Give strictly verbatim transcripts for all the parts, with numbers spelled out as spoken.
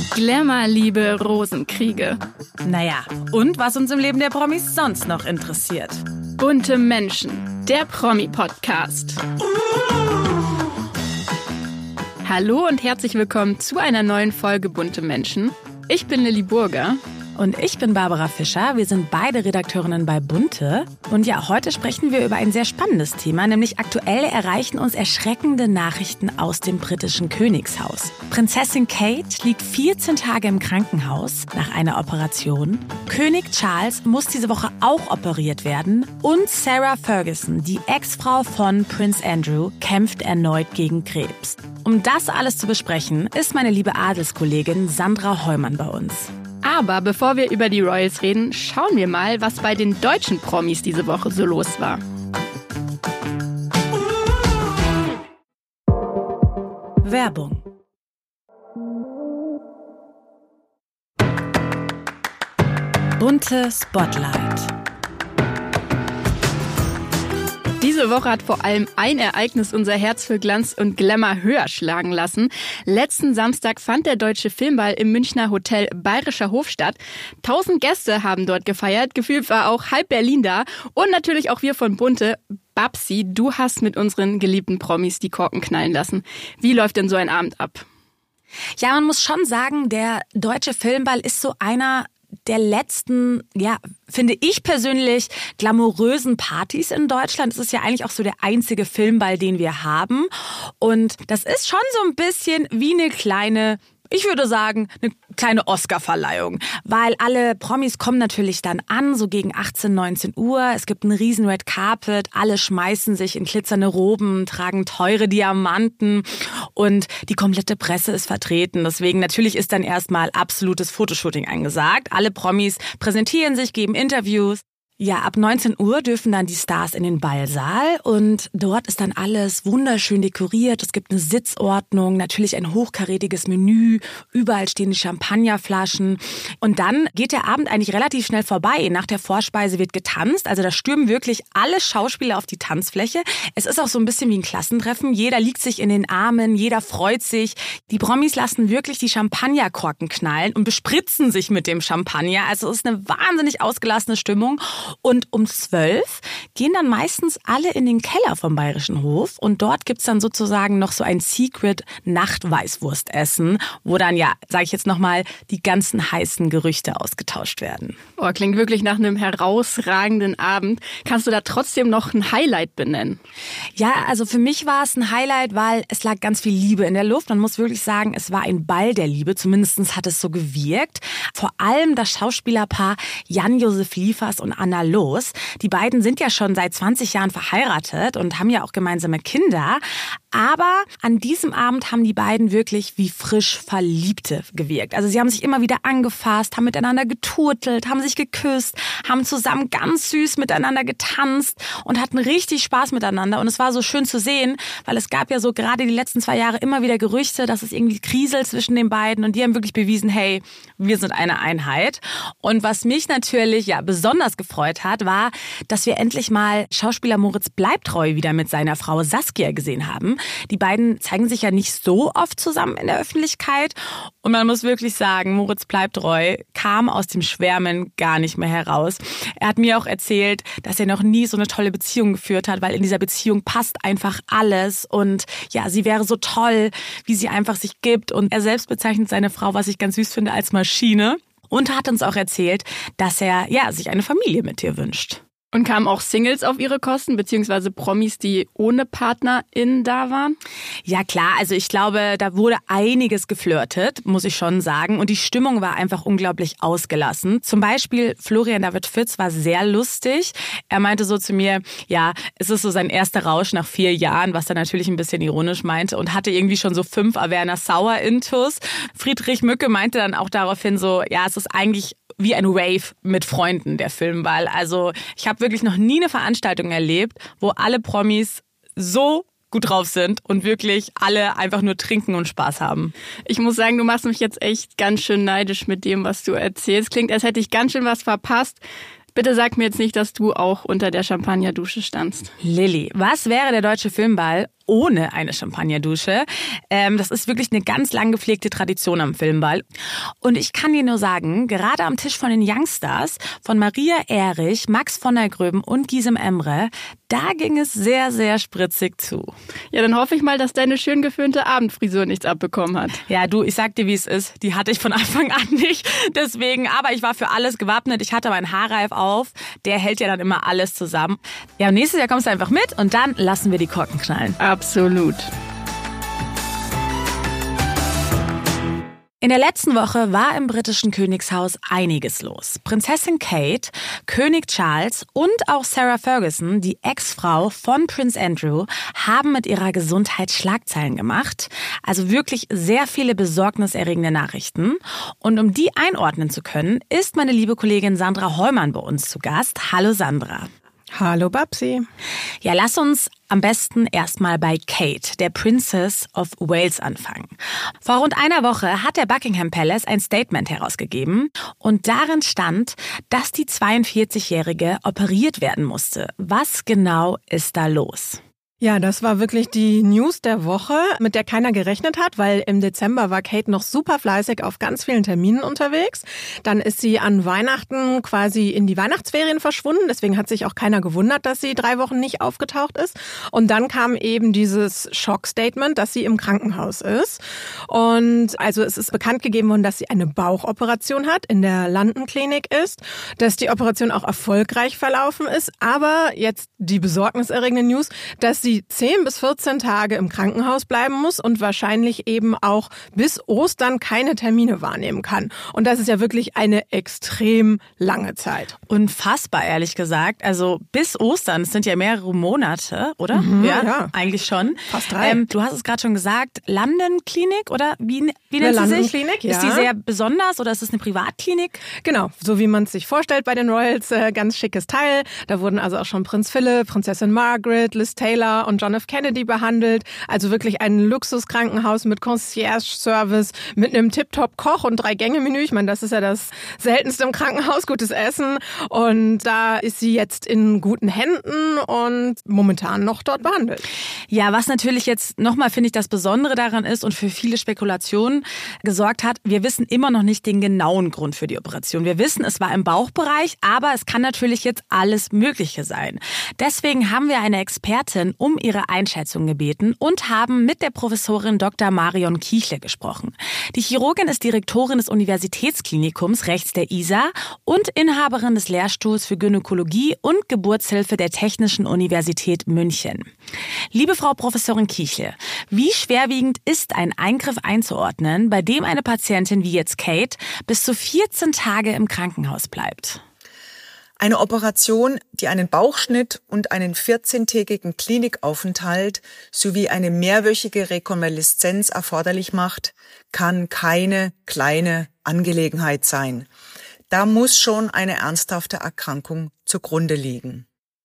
Glamour, Liebe, Rosenkriege. Naja, und was uns im Leben der Promis sonst noch interessiert. Bunte Menschen, der Promi-Podcast. Hallo und herzlich willkommen zu einer neuen Folge Bunte Menschen. Ich bin Lilly Burger. Und ich bin Barbara Fischer. Wir sind beide Redakteurinnen bei Bunte. Und ja, heute sprechen wir über ein sehr spannendes Thema, nämlich aktuell erreichen uns erschreckende Nachrichten aus dem britischen Königshaus. Prinzessin Kate liegt vierzehn Tage im Krankenhaus nach einer Operation. König Charles muss diese Woche auch operiert werden. Und Sarah Ferguson, die Ex-Frau von Prince Andrew, kämpft erneut gegen Krebs. Um das alles zu besprechen, ist meine liebe Adelskollegin Sandra Heumann bei uns. Aber bevor wir über die Royals reden, schauen wir mal, was bei den deutschen Promis diese Woche so los war. Werbung. Bunte Spotlight. Diese Woche hat vor allem ein Ereignis unser Herz für Glanz und Glamour höher schlagen lassen. Letzten Samstag fand der Deutsche Filmball im Münchner Hotel Bayerischer Hof statt. Tausend Gäste haben dort gefeiert. Gefühlt war auch halb Berlin da. Und natürlich auch wir von Bunte. Babsi, du hast mit unseren geliebten Promis die Korken knallen lassen. Wie läuft denn so ein Abend ab? Ja, man muss schon sagen, der Deutsche Filmball ist so einer der letzten, ja, finde ich persönlich, glamourösen Partys in Deutschland. Es ist ja eigentlich auch so der einzige Filmball, den wir haben. Und das ist schon so ein bisschen wie eine kleine, ich würde sagen, eine kleine Oscar-Verleihung. Weil alle Promis kommen natürlich dann an, so gegen achtzehn, neunzehn Uhr. Es gibt einen riesen Red Carpet. Alle schmeißen sich in glitzernde Roben, tragen teure Diamanten und die komplette Presse ist vertreten. Deswegen natürlich ist dann erstmal absolutes Fotoshooting angesagt. Alle Promis präsentieren sich, geben Interviews. Ja, ab neunzehn Uhr dürfen dann die Stars in den Ballsaal und dort ist dann alles wunderschön dekoriert. Es gibt eine Sitzordnung, natürlich ein hochkarätiges Menü, überall stehen die Champagnerflaschen und dann geht der Abend eigentlich relativ schnell vorbei. Nach der Vorspeise wird getanzt, also da stürmen wirklich alle Schauspieler auf die Tanzfläche. Es ist auch so ein bisschen wie ein Klassentreffen, jeder liegt sich in den Armen, jeder freut sich. Die Promis lassen wirklich die Champagnerkorken knallen und bespritzen sich mit dem Champagner, also es ist eine wahnsinnig ausgelassene Stimmung. Und um zwölf gehen dann meistens alle in den Keller vom Bayerischen Hof und dort gibt's dann sozusagen noch so ein Secret-Nacht-Weißwurstessen, wo dann, ja, sage ich jetzt nochmal, die ganzen heißen Gerüchte ausgetauscht werden. Oh, klingt wirklich nach einem herausragenden Abend. Kannst du da trotzdem noch ein Highlight benennen? Ja, also für mich war es ein Highlight, weil es lag ganz viel Liebe in der Luft. Man muss wirklich sagen, es war ein Ball der Liebe, zumindest hat es so gewirkt. Vor allem das Schauspielerpaar Jan-Josef Liefers und Anna Loos. Die beiden sind ja schon seit zwanzig Jahren verheiratet und haben ja auch gemeinsame Kinder. Aber an diesem Abend haben die beiden wirklich wie frisch Verliebte gewirkt. Also sie haben sich immer wieder angefasst, haben miteinander geturtelt, haben sich geküsst, haben zusammen ganz süß miteinander getanzt und hatten richtig Spaß miteinander. Und es war so schön zu sehen, weil es gab ja so gerade die letzten zwei Jahre immer wieder Gerüchte, dass es irgendwie kriselt zwischen den beiden. Und die haben wirklich bewiesen, hey, wir sind eine Einheit. Und was mich natürlich ja besonders gefreut hat, war, dass wir endlich mal Schauspieler Moritz Bleibtreu wieder mit seiner Frau Saskia gesehen haben. Die beiden zeigen sich ja nicht so oft zusammen in der Öffentlichkeit. Und man muss wirklich sagen, Moritz Bleibtreu kam aus dem Schwärmen gar nicht mehr heraus. Er hat mir auch erzählt, dass er noch nie so eine tolle Beziehung geführt hat, weil in dieser Beziehung passt einfach alles. Und ja, sie wäre so toll, wie sie einfach sich gibt. Und er selbst bezeichnet seine Frau, was ich ganz süß finde, als Maschine. Und hat uns auch erzählt, dass er ja sich eine Familie mit ihr wünscht. Und kamen auch Singles auf ihre Kosten, beziehungsweise Promis, die ohne PartnerInnen da waren? Ja klar, also ich glaube, da wurde einiges geflirtet, muss ich schon sagen. Und die Stimmung war einfach unglaublich ausgelassen. Zum Beispiel Florian David Fitz war sehr lustig. Er meinte so zu mir, ja, es ist so sein erster Rausch nach vier Jahren, was er natürlich ein bisschen ironisch meinte. Und hatte irgendwie schon so fünf Averna Sauer-Intus. Friedrich Mücke meinte dann auch daraufhin so, ja, es ist eigentlich wie ein Rave mit Freunden, der Filmball. Also ich habe wirklich noch nie eine Veranstaltung erlebt, wo alle Promis so gut drauf sind und wirklich alle einfach nur trinken und Spaß haben. Ich muss sagen, du machst mich jetzt echt ganz schön neidisch mit dem, was du erzählst. Klingt, als hätte ich ganz schön was verpasst. Bitte sag mir jetzt nicht, dass du auch unter der Champagnerdusche standst. Lilly, was wäre der Deutsche Filmball ohne eine Champagnerdusche. Ähm, das ist wirklich eine ganz lang gepflegte Tradition am Filmball. Und ich kann dir nur sagen, gerade am Tisch von den Youngstars, von Maria Erich, Max von der Gröben und Gisem Emre, da ging es sehr, sehr spritzig zu. Ja, dann hoffe ich mal, dass deine schön geföhnte Abendfrisur nichts abbekommen hat. Ja, du, ich sag dir, wie es ist. Die hatte ich von Anfang an nicht. Deswegen, aber ich war für alles gewappnet. Ich hatte meinen Haarreif auf. Der hält ja dann immer alles zusammen. Ja, und nächstes Jahr kommst du einfach mit und dann lassen wir die Korken knallen. Absolut. In der letzten Woche war im britischen Königshaus einiges los. Prinzessin Kate, König Charles und auch Sarah Ferguson, die Ex-Frau von Prince Andrew, haben mit ihrer Gesundheit Schlagzeilen gemacht. Also wirklich sehr viele besorgniserregende Nachrichten. Und um die einordnen zu können, ist meine liebe Kollegin Sandra Heumann bei uns zu Gast. Hallo Sandra. Hallo Babsi. Ja, lass uns am besten erstmal bei Kate, der Princess of Wales, anfangen. Vor rund einer Woche hat der Buckingham Palace ein Statement herausgegeben und darin stand, dass die zweiundvierzigjährige operiert werden musste. Was genau ist da los? Ja, das war wirklich die News der Woche, mit der keiner gerechnet hat, weil im Dezember war Kate noch super fleißig auf ganz vielen Terminen unterwegs. Dann ist sie an Weihnachten quasi in die Weihnachtsferien verschwunden. Deswegen hat sich auch keiner gewundert, dass sie drei Wochen nicht aufgetaucht ist. Und dann kam eben dieses Schockstatement, dass sie im Krankenhaus ist. Und also es ist bekannt gegeben worden, dass sie eine Bauchoperation hat, in der London Klinik ist, dass die Operation auch erfolgreich verlaufen ist. Aber jetzt die besorgniserregende News, dass sie zehn bis vierzehn Tage im Krankenhaus bleiben muss und wahrscheinlich eben auch bis Ostern keine Termine wahrnehmen kann. Und das ist ja wirklich eine extrem lange Zeit. Unfassbar, ehrlich gesagt. Also bis Ostern, das sind ja mehrere Monate, oder? Mhm, ja, ja, eigentlich schon. Fast drei. Ähm, du hast es gerade schon gesagt, London Klinik, oder wie, wie nennt sie London sich? Klinik, ja. Ist die sehr besonders oder ist es eine Privatklinik? Genau, so wie man es sich vorstellt bei den Royals, äh, ganz schickes Teil. Da wurden also auch schon Prinz Philipp, Prinzessin Margaret, Liz Taylor und John F. Kennedy behandelt. Also wirklich ein Luxuskrankenhaus mit Concierge-Service, mit einem Tip-Top-Koch und Drei-Gänge-Menü. Ich meine, das ist ja das Seltenste im Krankenhaus, gutes Essen. Und da ist sie jetzt in guten Händen und momentan noch dort behandelt. Ja, was natürlich jetzt nochmal, finde ich, das Besondere daran ist und für viele Spekulationen gesorgt hat, wir wissen immer noch nicht den genauen Grund für die Operation. Wir wissen, es war im Bauchbereich, aber es kann natürlich jetzt alles Mögliche sein. Deswegen haben wir eine Expertin um ihre Einschätzung gebeten und haben mit der Professorin Doktor Marion Kiechle gesprochen. Die Chirurgin ist Direktorin des Universitätsklinikums rechts der I S A und Inhaberin des Lehrstuhls für Gynäkologie und Geburtshilfe der Technischen Universität München. Liebe Frau Professorin Kiechle, wie schwerwiegend ist ein Eingriff einzuordnen, bei dem eine Patientin wie jetzt Kate bis zu vierzehn Tage im Krankenhaus bleibt? Eine Operation, die einen Bauchschnitt und einen vierzehntägigen Klinikaufenthalt sowie eine mehrwöchige Rekonvaleszenz erforderlich macht, kann keine kleine Angelegenheit sein. Da muss schon eine ernsthafte Erkrankung zugrunde liegen.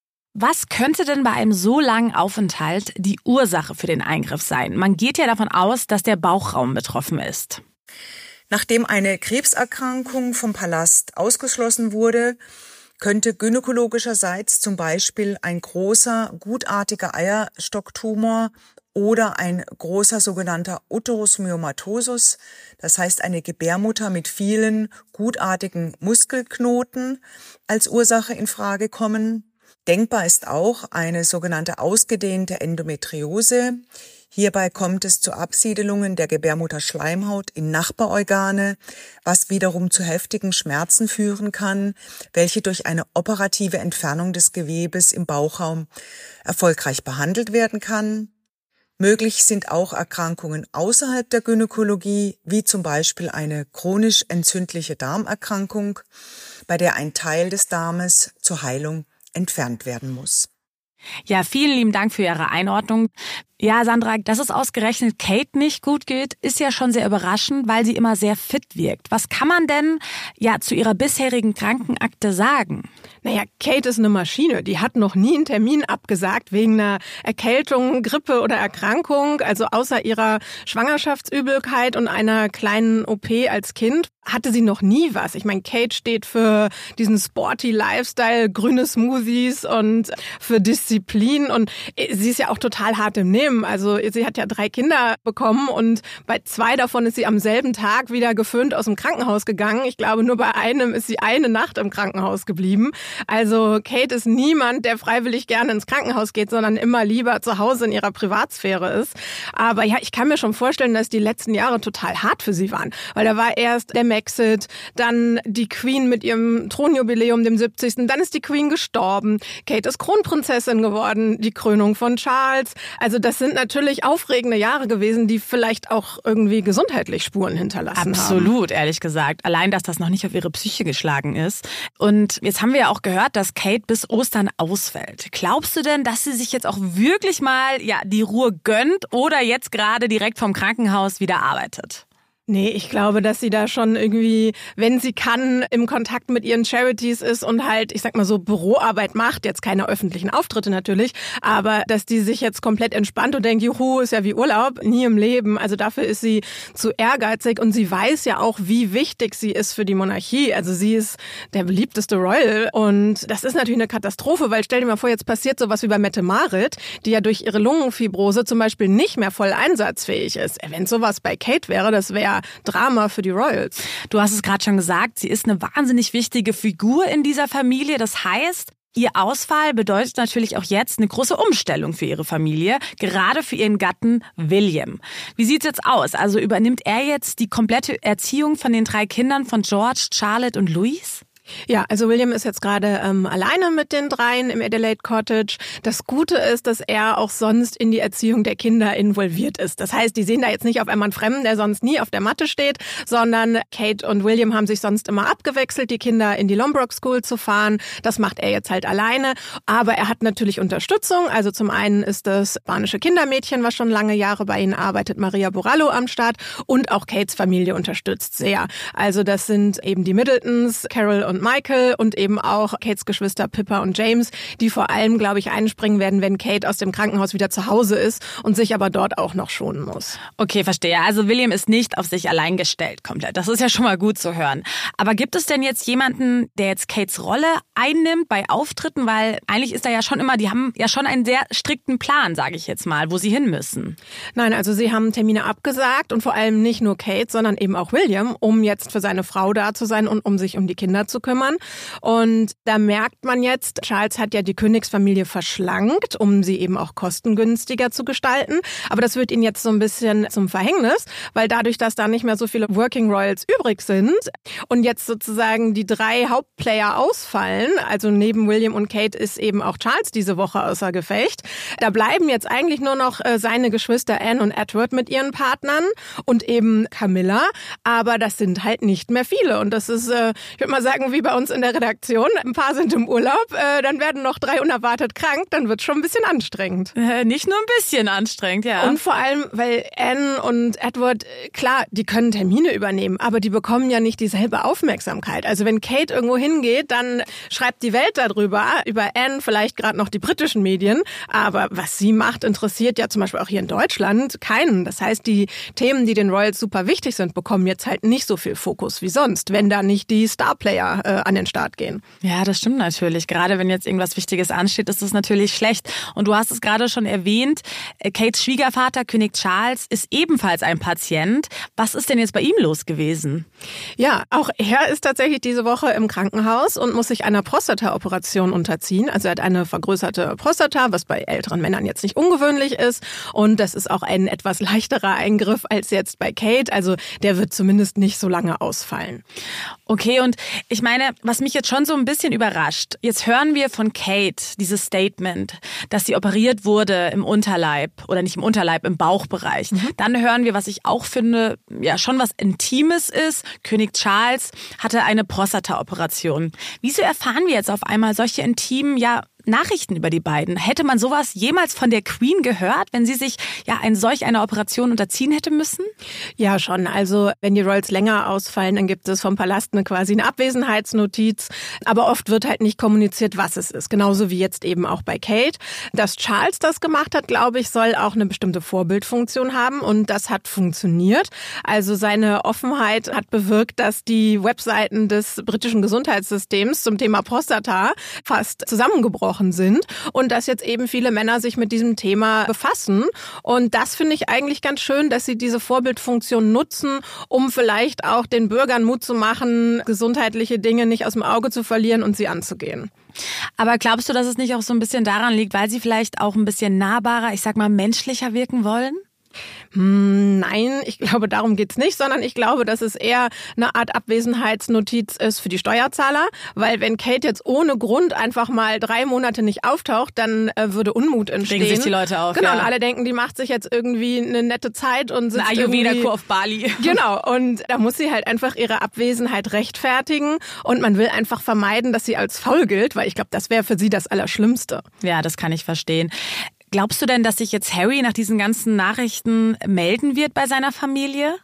Was könnte denn bei einem so langen Aufenthalt die Ursache für den Eingriff sein? Man geht ja davon aus, dass der Bauchraum betroffen ist. Nachdem eine Krebserkrankung vom Palast ausgeschlossen wurde, könnte gynäkologischerseits zum Beispiel ein großer, gutartiger Eierstocktumor oder ein großer sogenannter Uterusmyomatosus, das heißt eine Gebärmutter mit vielen gutartigen Muskelknoten, als Ursache in Frage kommen. Denkbar ist auch eine sogenannte ausgedehnte Endometriose. Hierbei kommt es zu Absiedelungen der Gebärmutterschleimhaut in Nachbarorgane, was wiederum zu heftigen Schmerzen führen kann, welche durch eine operative Entfernung des Gewebes im Bauchraum erfolgreich behandelt werden kann. Möglich sind auch Erkrankungen außerhalb der Gynäkologie, wie zum Beispiel eine chronisch entzündliche Darmerkrankung, bei der ein Teil des Darmes zur Heilung entfernt werden muss. Ja, vielen lieben Dank für Ihre Einordnung. Ja, Sandra, dass es ausgerechnet Kate nicht gut geht, ist ja schon sehr überraschend, weil sie immer sehr fit wirkt. Was kann man denn ja zu ihrer bisherigen Krankenakte sagen? Naja, Kate ist eine Maschine. Die hat noch nie einen Termin abgesagt wegen einer Erkältung, Grippe oder Erkrankung. Also außer ihrer Schwangerschaftsübelkeit und einer kleinen O P als Kind hatte sie noch nie was. Ich meine, Kate steht für diesen sporty Lifestyle, grüne Smoothies und für Disziplin. Und sie ist ja auch total hart im Nehmen. nehmen. Also sie hat ja drei Kinder bekommen und bei zwei davon ist sie am selben Tag wieder geföhnt aus dem Krankenhaus gegangen. Ich glaube, nur bei einem ist sie eine Nacht im Krankenhaus geblieben. Also Kate ist niemand, der freiwillig gerne ins Krankenhaus geht, sondern immer lieber zu Hause in ihrer Privatsphäre ist. Aber ja, ich kann mir schon vorstellen, dass die letzten Jahre total hart für sie waren. Weil da war erst der Maxit, dann die Queen mit ihrem Thronjubiläum, dem siebzigsten Dann ist die Queen gestorben. Kate ist Kronprinzessin geworden, die Krönung von Charles. Also das sind natürlich aufregende Jahre gewesen, die vielleicht auch irgendwie gesundheitlich Spuren hinterlassen Absolut, haben. Absolut, ehrlich gesagt. Allein, dass das noch nicht auf ihre Psyche geschlagen ist. Und jetzt haben wir ja auch gehört, dass Kate bis Ostern ausfällt. Glaubst du denn, dass sie sich jetzt auch wirklich mal ja die Ruhe gönnt oder jetzt gerade direkt vom Krankenhaus wieder arbeitet? Nee, ich glaube, dass sie da schon irgendwie, wenn sie kann, im Kontakt mit ihren Charities ist und halt, ich sag mal so, Büroarbeit macht, jetzt keine öffentlichen Auftritte natürlich, aber dass die sich jetzt komplett entspannt und denkt, juhu, ist ja wie Urlaub, nie im Leben. Also dafür ist sie zu ehrgeizig und sie weiß ja auch, wie wichtig sie ist für die Monarchie. Also sie ist der beliebteste Royal und das ist natürlich eine Katastrophe, weil stell dir mal vor, jetzt passiert sowas wie bei Mette-Marit, die ja durch ihre Lungenfibrose zum Beispiel nicht mehr voll einsatzfähig ist. Wenn sowas bei Kate wäre, das wäre Drama für die Royals. Du hast es gerade schon gesagt, sie ist eine wahnsinnig wichtige Figur in dieser Familie. Das heißt, ihr Ausfall bedeutet natürlich auch jetzt eine große Umstellung für ihre Familie, gerade für ihren Gatten William. Wie sieht's jetzt aus? Also übernimmt er jetzt die komplette Erziehung von den drei Kindern von George, Charlotte und Louise? Ja, also William ist jetzt gerade ähm, alleine mit den dreien im Adelaide Cottage. Das Gute ist, dass er auch sonst in die Erziehung der Kinder involviert ist. Das heißt, die sehen da jetzt nicht auf einmal einen Fremden, der sonst nie auf der Matte steht, sondern Kate und William haben sich sonst immer abgewechselt, die Kinder in die Lombrook School zu fahren. Das macht er jetzt halt alleine. Aber er hat natürlich Unterstützung. Also zum einen ist das spanische Kindermädchen, was schon lange Jahre bei ihnen arbeitet, Maria Borrallo am Start. Und auch Kates Familie unterstützt sehr. Also das sind eben die Middletons, Carol und und Michael und eben auch Kates Geschwister Pippa und James, die vor allem, glaube ich, einspringen werden, wenn Kate aus dem Krankenhaus wieder zu Hause ist und sich aber dort auch noch schonen muss. Okay, verstehe. Also William ist nicht auf sich allein gestellt komplett. Das ist ja schon mal gut zu hören. Aber gibt es denn jetzt jemanden, der jetzt Kates Rolle einnimmt bei Auftritten? Weil eigentlich ist da ja schon immer, die haben ja schon einen sehr strikten Plan, sage ich jetzt mal, wo sie hin müssen. Nein, also sie haben Termine abgesagt und vor allem nicht nur Kate, sondern eben auch William, um jetzt für seine Frau da zu sein und um sich um die Kinder zu kümmern. Und da merkt man jetzt, Charles hat ja die Königsfamilie verschlankt, um sie eben auch kostengünstiger zu gestalten. Aber das wird ihnen jetzt so ein bisschen zum Verhängnis, weil dadurch, dass da nicht mehr so viele Working Royals übrig sind und jetzt sozusagen die drei Hauptplayer ausfallen, also neben William und Kate ist eben auch Charles diese Woche außer Gefecht, da bleiben jetzt eigentlich nur noch seine Geschwister Anne und Edward mit ihren Partnern und eben Camilla. Aber das sind halt nicht mehr viele. Und das ist, ich würde mal sagen, wie bei uns in der Redaktion. Ein paar sind im Urlaub, äh, dann werden noch drei unerwartet krank, dann wird es schon ein bisschen anstrengend. Äh, nicht nur ein bisschen anstrengend, ja. Und vor allem, weil Anne und Edward, klar, die können Termine übernehmen, aber die bekommen ja nicht dieselbe Aufmerksamkeit. Also wenn Kate irgendwo hingeht, dann schreibt die Welt darüber, über Anne, vielleicht gerade noch die britischen Medien, aber was sie macht, interessiert ja zum Beispiel auch hier in Deutschland keinen. Das heißt, die Themen, die den Royals super wichtig sind, bekommen jetzt halt nicht so viel Fokus wie sonst, wenn da nicht die Starplayer äh, an den Start gehen. Ja, das stimmt natürlich. Gerade wenn jetzt irgendwas Wichtiges ansteht, ist das natürlich schlecht. Und du hast es gerade schon erwähnt, Kates Schwiegervater, König Charles, ist ebenfalls ein Patient. Was ist denn jetzt bei ihm los gewesen? Ja, auch er ist tatsächlich diese Woche im Krankenhaus und muss sich einer Prostata-Operation unterziehen. Also er hat eine vergrößerte Prostata, was bei älteren Männern jetzt nicht ungewöhnlich ist. Und das ist auch ein etwas leichterer Eingriff als jetzt bei Kate. Also der wird zumindest nicht so lange ausfallen. Okay, und ich meine, was mich jetzt schon so ein bisschen überrascht, jetzt hören wir von Kate dieses Statement, dass sie operiert wurde im Unterleib oder nicht im Unterleib, im Bauchbereich. Mhm. Dann hören wir, was ich auch finde, ja schon was Intimes ist. König Charles hatte eine Prostata-Operation. Wieso erfahren wir jetzt auf einmal solche intimen, ja, Nachrichten über die beiden? Hätte man sowas jemals von der Queen gehört, wenn sie sich ja ein solch einer Operation unterziehen hätte müssen? Ja, schon. Also wenn die Royals länger ausfallen, dann gibt es vom Palast eine quasi eine Abwesenheitsnotiz. Aber oft wird halt nicht kommuniziert, was es ist. Genauso wie jetzt eben auch bei Kate. Dass Charles das gemacht hat, glaube ich, soll auch eine bestimmte Vorbildfunktion haben. Und das hat funktioniert. Also seine Offenheit hat bewirkt, dass die Webseiten des britischen Gesundheitssystems zum Thema Prostata fast zusammengebrochen ausgebrochen sind und dass jetzt eben viele Männer sich mit diesem Thema befassen. Und das finde ich eigentlich ganz schön, dass sie diese Vorbildfunktion nutzen, um vielleicht auch den Bürgern Mut zu machen, gesundheitliche Dinge nicht aus dem Auge zu verlieren und sie anzugehen. Aber glaubst du, dass es nicht auch so ein bisschen daran liegt, weil sie vielleicht auch ein bisschen nahbarer, ich sag mal menschlicher wirken wollen? Hm, nein, ich glaube, darum geht's nicht, sondern ich glaube, dass es eher eine Art Abwesenheitsnotiz ist für die Steuerzahler, weil wenn Kate jetzt ohne Grund einfach mal drei Monate nicht auftaucht, dann äh, würde Unmut entstehen. Regen sich die Leute auf, Genau, ja. Und alle denken, die macht sich jetzt irgendwie eine nette Zeit und sitzt eine Ayurveda-Kur auf Bali. Genau, und da muss sie halt einfach ihre Abwesenheit rechtfertigen und man will einfach vermeiden, dass sie als faul gilt, weil ich glaube, das wäre für sie das Allerschlimmste. Ja, das kann ich verstehen. Glaubst du denn, dass sich jetzt Harry nach diesen ganzen Nachrichten melden wird bei seiner Familie?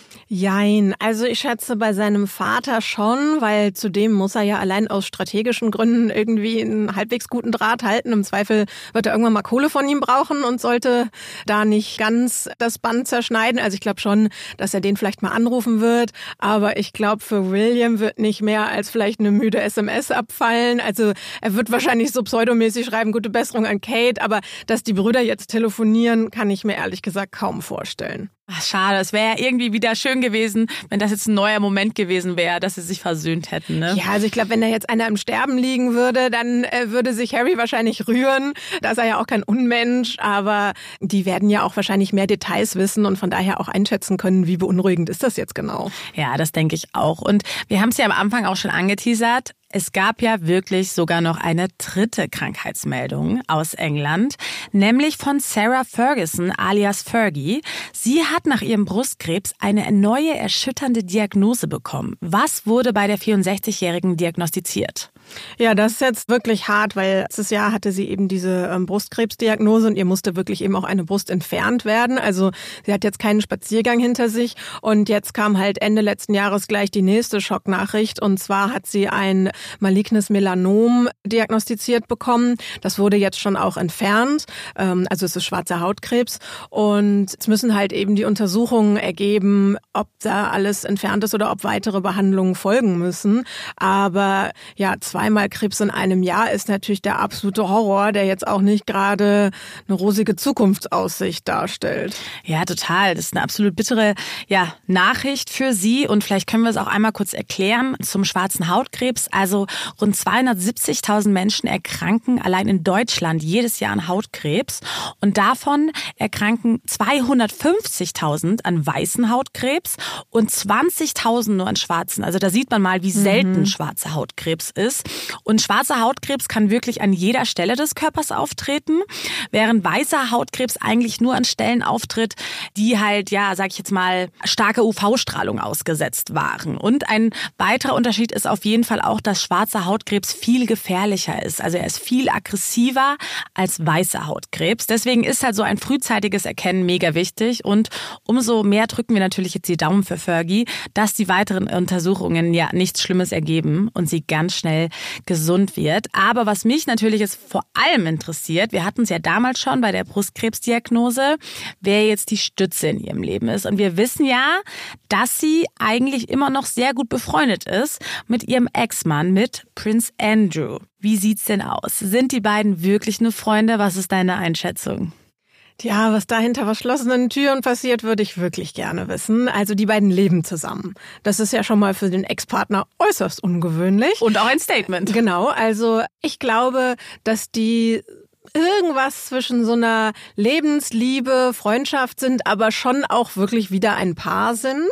Jein, also ich schätze bei seinem Vater schon, weil zudem muss er ja allein aus strategischen Gründen irgendwie einen halbwegs guten Draht halten. Im Zweifel wird er irgendwann mal Kohle von ihm brauchen und sollte da nicht ganz das Band zerschneiden. Also ich glaube schon, dass er den vielleicht mal anrufen wird. Aber ich glaube, für William wird nicht mehr als vielleicht eine müde S M S abfallen. Also er wird wahrscheinlich so pseudomäßig schreiben, gute Besserung an Kate. Aber dass die Brüder jetzt telefonieren, kann ich mir ehrlich gesagt kaum vorstellen. Ach, schade, es wäre irgendwie wieder schön gewesen, wenn das jetzt ein neuer Moment gewesen wäre, dass sie sich versöhnt hätten. Ne? Ja, also ich glaube, wenn da jetzt einer im Sterben liegen würde, dann äh, würde sich Harry wahrscheinlich rühren. Da ist er ja auch kein Unmensch, aber die werden ja auch wahrscheinlich mehr Details wissen und von daher auch einschätzen können, wie beunruhigend ist das jetzt genau. Ja, das denke ich auch. Und wir haben es ja am Anfang auch schon angeteasert. Es gab ja wirklich sogar noch eine dritte Krankheitsmeldung aus England, nämlich von Sarah Ferguson alias Fergie. Sie hat nach ihrem Brustkrebs eine neue erschütternde Diagnose bekommen. Was wurde bei der vierundsechzigjährigen diagnostiziert? Ja, das ist jetzt wirklich hart, weil letztes Jahr hatte sie eben diese ähm, Brustkrebsdiagnose und ihr musste wirklich eben auch eine Brust entfernt werden. Also sie hat jetzt keinen Spaziergang hinter sich und jetzt kam halt Ende letzten Jahres gleich die nächste Schocknachricht und zwar hat sie ein malignes Melanom diagnostiziert bekommen. Das wurde jetzt schon auch entfernt, ähm, also es ist schwarzer Hautkrebs und es müssen halt eben die Untersuchungen ergeben, ob da alles entfernt ist oder ob weitere Behandlungen folgen müssen. Aber ja, zweimal Krebs in einem Jahr ist natürlich der absolute Horror, der jetzt auch nicht gerade eine rosige Zukunftsaussicht darstellt. Ja, total. Das ist eine absolut bittere ja, Nachricht für sie. Und vielleicht können wir es auch einmal kurz erklären zum schwarzen Hautkrebs. Also rund zweihundertsiebzigtausend Menschen erkranken allein in Deutschland jedes Jahr an Hautkrebs. Und davon erkranken zweihundertfünfzigtausend an weißen Hautkrebs und zwanzigtausend nur an schwarzen. Also da sieht man mal, wie selten mhm. schwarzer Hautkrebs ist. Und schwarzer Hautkrebs kann wirklich an jeder Stelle des Körpers auftreten, während weißer Hautkrebs eigentlich nur an Stellen auftritt, die halt, ja, sag ich jetzt mal, starke U V-Strahlung ausgesetzt waren. Und ein weiterer Unterschied ist auf jeden Fall auch, dass schwarzer Hautkrebs viel gefährlicher ist. Also er ist viel aggressiver als weißer Hautkrebs. Deswegen ist halt so ein frühzeitiges Erkennen mega wichtig. Und umso mehr drücken wir natürlich jetzt die Daumen für Fergie, dass die weiteren Untersuchungen ja nichts Schlimmes ergeben und sie ganz schnell gesund wird. Aber was mich natürlich jetzt vor allem interessiert, wir hatten es ja damals schon bei der Brustkrebsdiagnose, wer jetzt die Stütze in ihrem Leben ist. Und wir wissen ja, dass sie eigentlich immer noch sehr gut befreundet ist mit ihrem Ex-Mann, mit Prince Andrew. Wie sieht's denn aus? Sind die beiden wirklich nur Freunde? Was ist deine Einschätzung? Ja, was da hinter verschlossenen Türen passiert, würde ich wirklich gerne wissen. Also die beiden leben zusammen. Das ist ja schon mal für den Ex-Partner äußerst ungewöhnlich. Und auch ein Statement. Genau, also ich glaube, dass die irgendwas zwischen so einer Lebensliebe, Freundschaft sind, aber schon auch wirklich wieder ein Paar sind.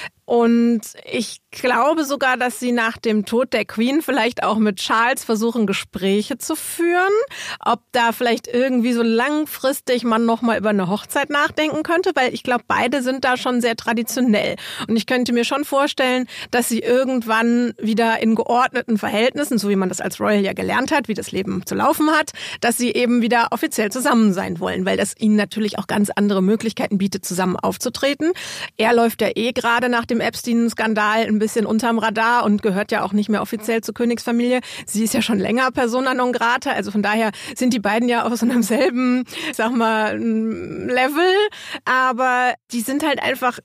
Und ich glaube sogar, dass sie nach dem Tod der Queen vielleicht auch mit Charles versuchen, Gespräche zu führen. Ob da vielleicht irgendwie so langfristig man noch mal über eine Hochzeit nachdenken könnte, weil ich glaube, beide sind da schon sehr traditionell. Und ich könnte mir schon vorstellen, dass sie irgendwann wieder in geordneten Verhältnissen, so wie man das als Royal ja gelernt hat, wie das Leben zu laufen hat, dass sie eben wieder offiziell zusammen sein wollen, weil das ihnen natürlich auch ganz andere Möglichkeiten bietet, zusammen aufzutreten. Er läuft ja eh gerade nach dem Epstein-Skandal ein bisschen unterm Radar und gehört ja auch nicht mehr offiziell zur Königsfamilie. Sie ist ja schon länger Persona non grata, also von daher sind die beiden ja auf so einem selben, sag mal, Level. Aber die sind halt einfach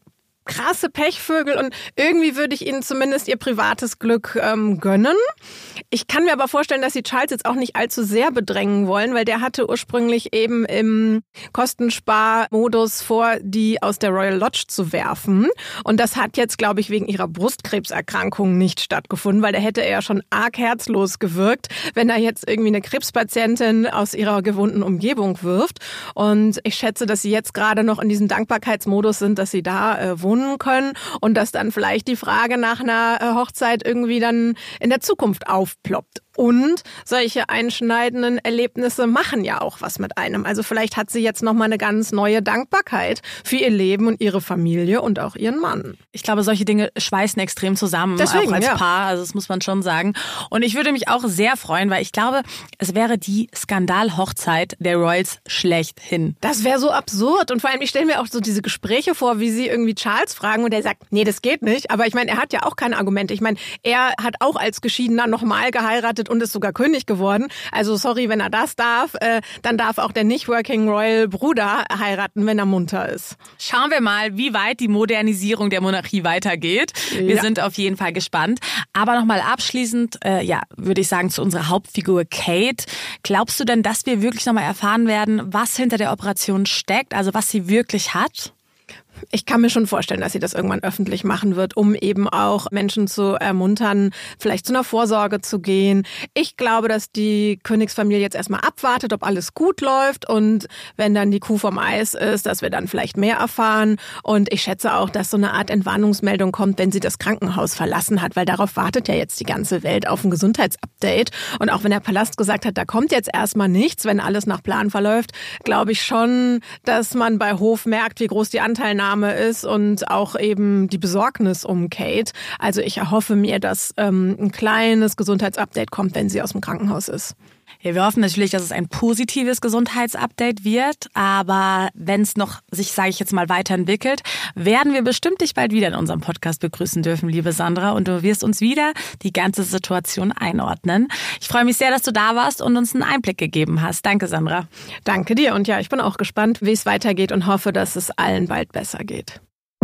krasse Pechvögel und irgendwie würde ich ihnen zumindest ihr privates Glück ähm, gönnen. Ich kann mir aber vorstellen, dass sie Charles jetzt auch nicht allzu sehr bedrängen wollen, weil der hatte ursprünglich eben im Kostensparmodus vor, die aus der Royal Lodge zu werfen. Und das hat jetzt, glaube ich, wegen ihrer Brustkrebserkrankung nicht stattgefunden, weil da hätte er ja schon arg herzlos gewirkt, wenn er jetzt irgendwie eine Krebspatientin aus ihrer gewohnten Umgebung wirft. Und ich schätze, dass sie jetzt gerade noch in diesem Dankbarkeitsmodus sind, dass sie da äh, wohnen können und dass dann vielleicht die Frage nach einer äh, Hochzeit irgendwie dann in der Zukunft aufploppt. Und solche einschneidenden Erlebnisse machen ja auch was mit einem. Also vielleicht hat sie jetzt nochmal eine ganz neue Dankbarkeit für ihr Leben und ihre Familie und auch ihren Mann. Ich glaube, solche Dinge schweißen extrem zusammen, Deswegen, auch als ja. Paar. Also das muss man schon sagen. Und ich würde mich auch sehr freuen, weil ich glaube, es wäre die Skandalhochzeit der Royals schlechthin. Das wäre so absurd. Und vor allem, ich stelle mir auch so diese Gespräche vor, wie sie irgendwie Charles fragen und er sagt, nee, das geht nicht. Aber ich meine, er hat ja auch keine Argumente. Ich meine, er hat auch als Geschiedener nochmal geheiratet und ist sogar König geworden. Also sorry, wenn er das darf, äh, dann darf auch der nicht-Working Royal Bruder heiraten, wenn er munter ist. Schauen wir mal, wie weit die Modernisierung der Monarchie weitergeht. Wir Ja. sind auf jeden Fall gespannt. Aber nochmal abschließend, äh, ja, würde ich sagen, zu unserer Hauptfigur Kate. Glaubst du denn, dass wir wirklich nochmal erfahren werden, was hinter der Operation steckt, also was sie wirklich hat? Ich kann mir schon vorstellen, dass sie das irgendwann öffentlich machen wird, um eben auch Menschen zu ermuntern, vielleicht zu einer Vorsorge zu gehen. Ich glaube, dass die Königsfamilie jetzt erstmal abwartet, ob alles gut läuft und wenn dann die Kuh vom Eis ist, dass wir dann vielleicht mehr erfahren. Und ich schätze auch, dass so eine Art Entwarnungsmeldung kommt, wenn sie das Krankenhaus verlassen hat, weil darauf wartet ja jetzt die ganze Welt auf ein Gesundheitsupdate. Und auch wenn der Palast gesagt hat, da kommt jetzt erstmal nichts, wenn alles nach Plan verläuft, glaube ich schon, dass man bei Hof merkt, wie groß die Anteilnahme ist und auch eben die Besorgnis um Kate. Also ich erhoffe mir, dass ähm, ein kleines Gesundheitsupdate kommt, wenn sie aus dem Krankenhaus ist. Ja, wir hoffen natürlich, dass es ein positives Gesundheitsupdate wird, aber wenn es noch sich, sage ich jetzt mal, weiterentwickelt, werden wir bestimmt dich bald wieder in unserem Podcast begrüßen dürfen, liebe Sandra, und du wirst uns wieder die ganze Situation einordnen. Ich freue mich sehr, dass du da warst und uns einen Einblick gegeben hast. Danke, Sandra. Danke dir und ja, ich bin auch gespannt, wie es weitergeht und hoffe, dass es allen bald besser geht.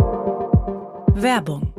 Werbung.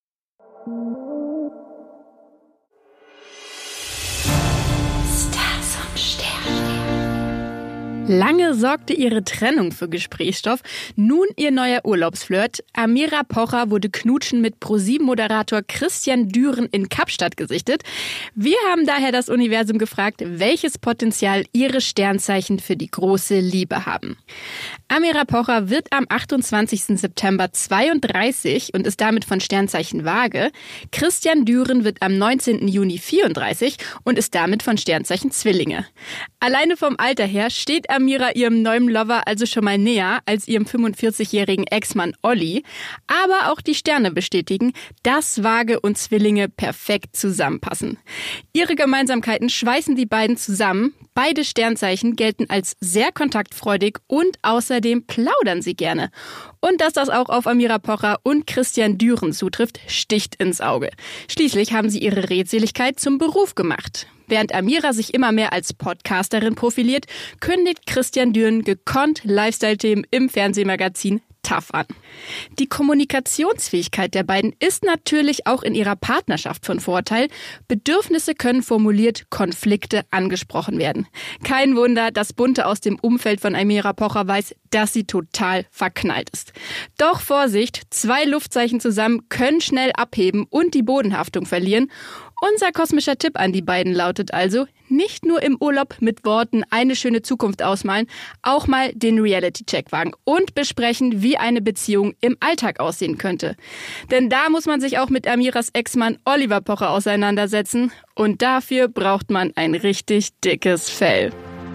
Lange sorgte ihre Trennung für Gesprächsstoff. Nun ihr neuer Urlaubsflirt. Amira Pocher wurde knutschen mit ProSieben-Moderator Christian Düren in Kapstadt gesichtet. Wir haben daher das Universum gefragt, welches Potenzial ihre Sternzeichen für die große Liebe haben. Amira Pocher wird am achtundzwanzigsten September zweiunddreißig und ist damit von Sternzeichen Waage. Christian Düren wird am neunzehnten Juni vierunddreißig und ist damit von Sternzeichen Zwillinge. Alleine vom Alter her steht Amira ihrem neuen Lover also schon mal näher als ihrem fünfundvierzigjährigen Ex-Mann Olli. Aber auch die Sterne bestätigen, dass Waage und Zwillinge perfekt zusammenpassen. Ihre Gemeinsamkeiten schweißen die beiden zusammen. Beide Sternzeichen gelten als sehr kontaktfreudig und außerdem plaudern sie gerne. Und dass das auch auf Amira Pocher und Christian Düren zutrifft, sticht ins Auge. Schließlich haben sie ihre Redseligkeit zum Beruf gemacht. Während Amira sich immer mehr als Podcasterin profiliert, kündigt Christian Düren gekonnt Lifestyle-Themen im Fernsehmagazin Tough an. Die Kommunikationsfähigkeit der beiden ist natürlich auch in ihrer Partnerschaft von Vorteil. Bedürfnisse können formuliert, Konflikte angesprochen werden. Kein Wunder, dass Bunte aus dem Umfeld von Amira Pocher weiß, dass sie total verknallt ist. Doch Vorsicht, zwei Luftzeichen zusammen können schnell abheben und die Bodenhaftung verlieren. Unser kosmischer Tipp an die beiden lautet also, nicht nur im Urlaub mit Worten eine schöne Zukunft ausmalen, auch mal den Reality-Check wagen und besprechen, wie eine Beziehung im Alltag aussehen könnte. Denn da muss man sich auch mit Amiras Ex-Mann Oliver Pocher auseinandersetzen und dafür braucht man ein richtig dickes Fell.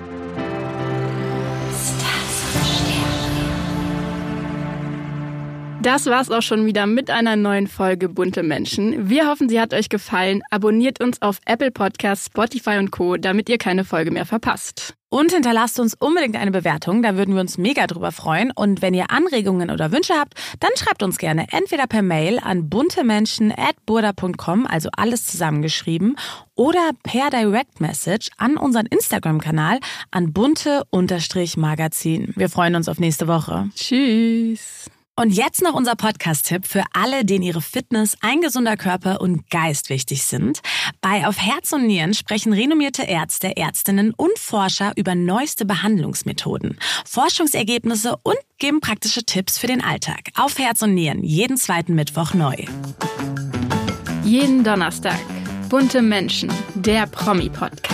Das war's auch schon wieder mit einer neuen Folge Bunte Menschen. Wir hoffen, sie hat euch gefallen. Abonniert uns auf Apple Podcasts, Spotify und Co., damit ihr keine Folge mehr verpasst. Und hinterlasst uns unbedingt eine Bewertung, da würden wir uns mega drüber freuen. Und wenn ihr Anregungen oder Wünsche habt, dann schreibt uns gerne entweder per Mail an buntemenschen at burda punkt com, also alles zusammengeschrieben, oder per Direct Message an unseren Instagram-Kanal an bunte Magazin. Wir freuen uns auf nächste Woche. Tschüss. Und jetzt noch unser Podcast-Tipp für alle, denen ihre Fitness, ein gesunder Körper und Geist wichtig sind. Bei Auf Herz und Nieren sprechen renommierte Ärzte, Ärztinnen und Forscher über neueste Behandlungsmethoden, Forschungsergebnisse und geben praktische Tipps für den Alltag. Auf Herz und Nieren, jeden zweiten Mittwoch neu. Jeden Donnerstag. Bunte Menschen, der Promi-Podcast.